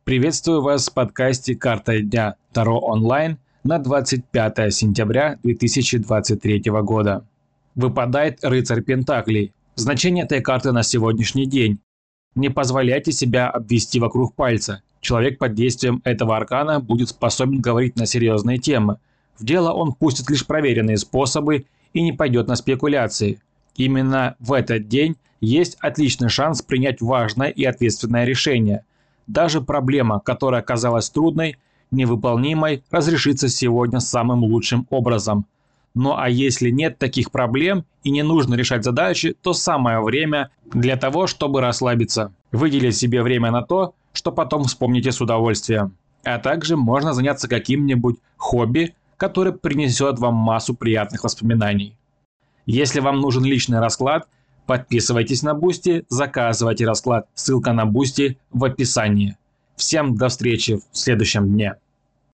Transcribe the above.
Приветствую вас в подкасте «Карта дня Таро онлайн» на 25 сентября 2023 года. Выпадает рыцарь Пентаклей. Значение этой карты на сегодняшний день. Не позволяйте себя обвести вокруг пальца. Человек под действием этого аркана будет способен говорить на серьезные темы. В дело он пустит лишь проверенные способы и не пойдет на спекуляции. Именно в этот день есть отличный шанс принять важное и ответственное решение. Даже проблема, которая казалась трудной, невыполнимой, разрешится сегодня самым лучшим образом. Ну а если нет таких проблем и не нужно решать задачи, то самое время для того, чтобы расслабиться. Выделить себе время на то, что потом вспомните с удовольствием. А также можно заняться каким-нибудь хобби, которое принесет вам массу приятных воспоминаний. Если вам нужен личный расклад, подписывайтесь на Boosty, заказывайте расклад. Ссылка на Boosty в описании. Всем до встречи в следующем дне.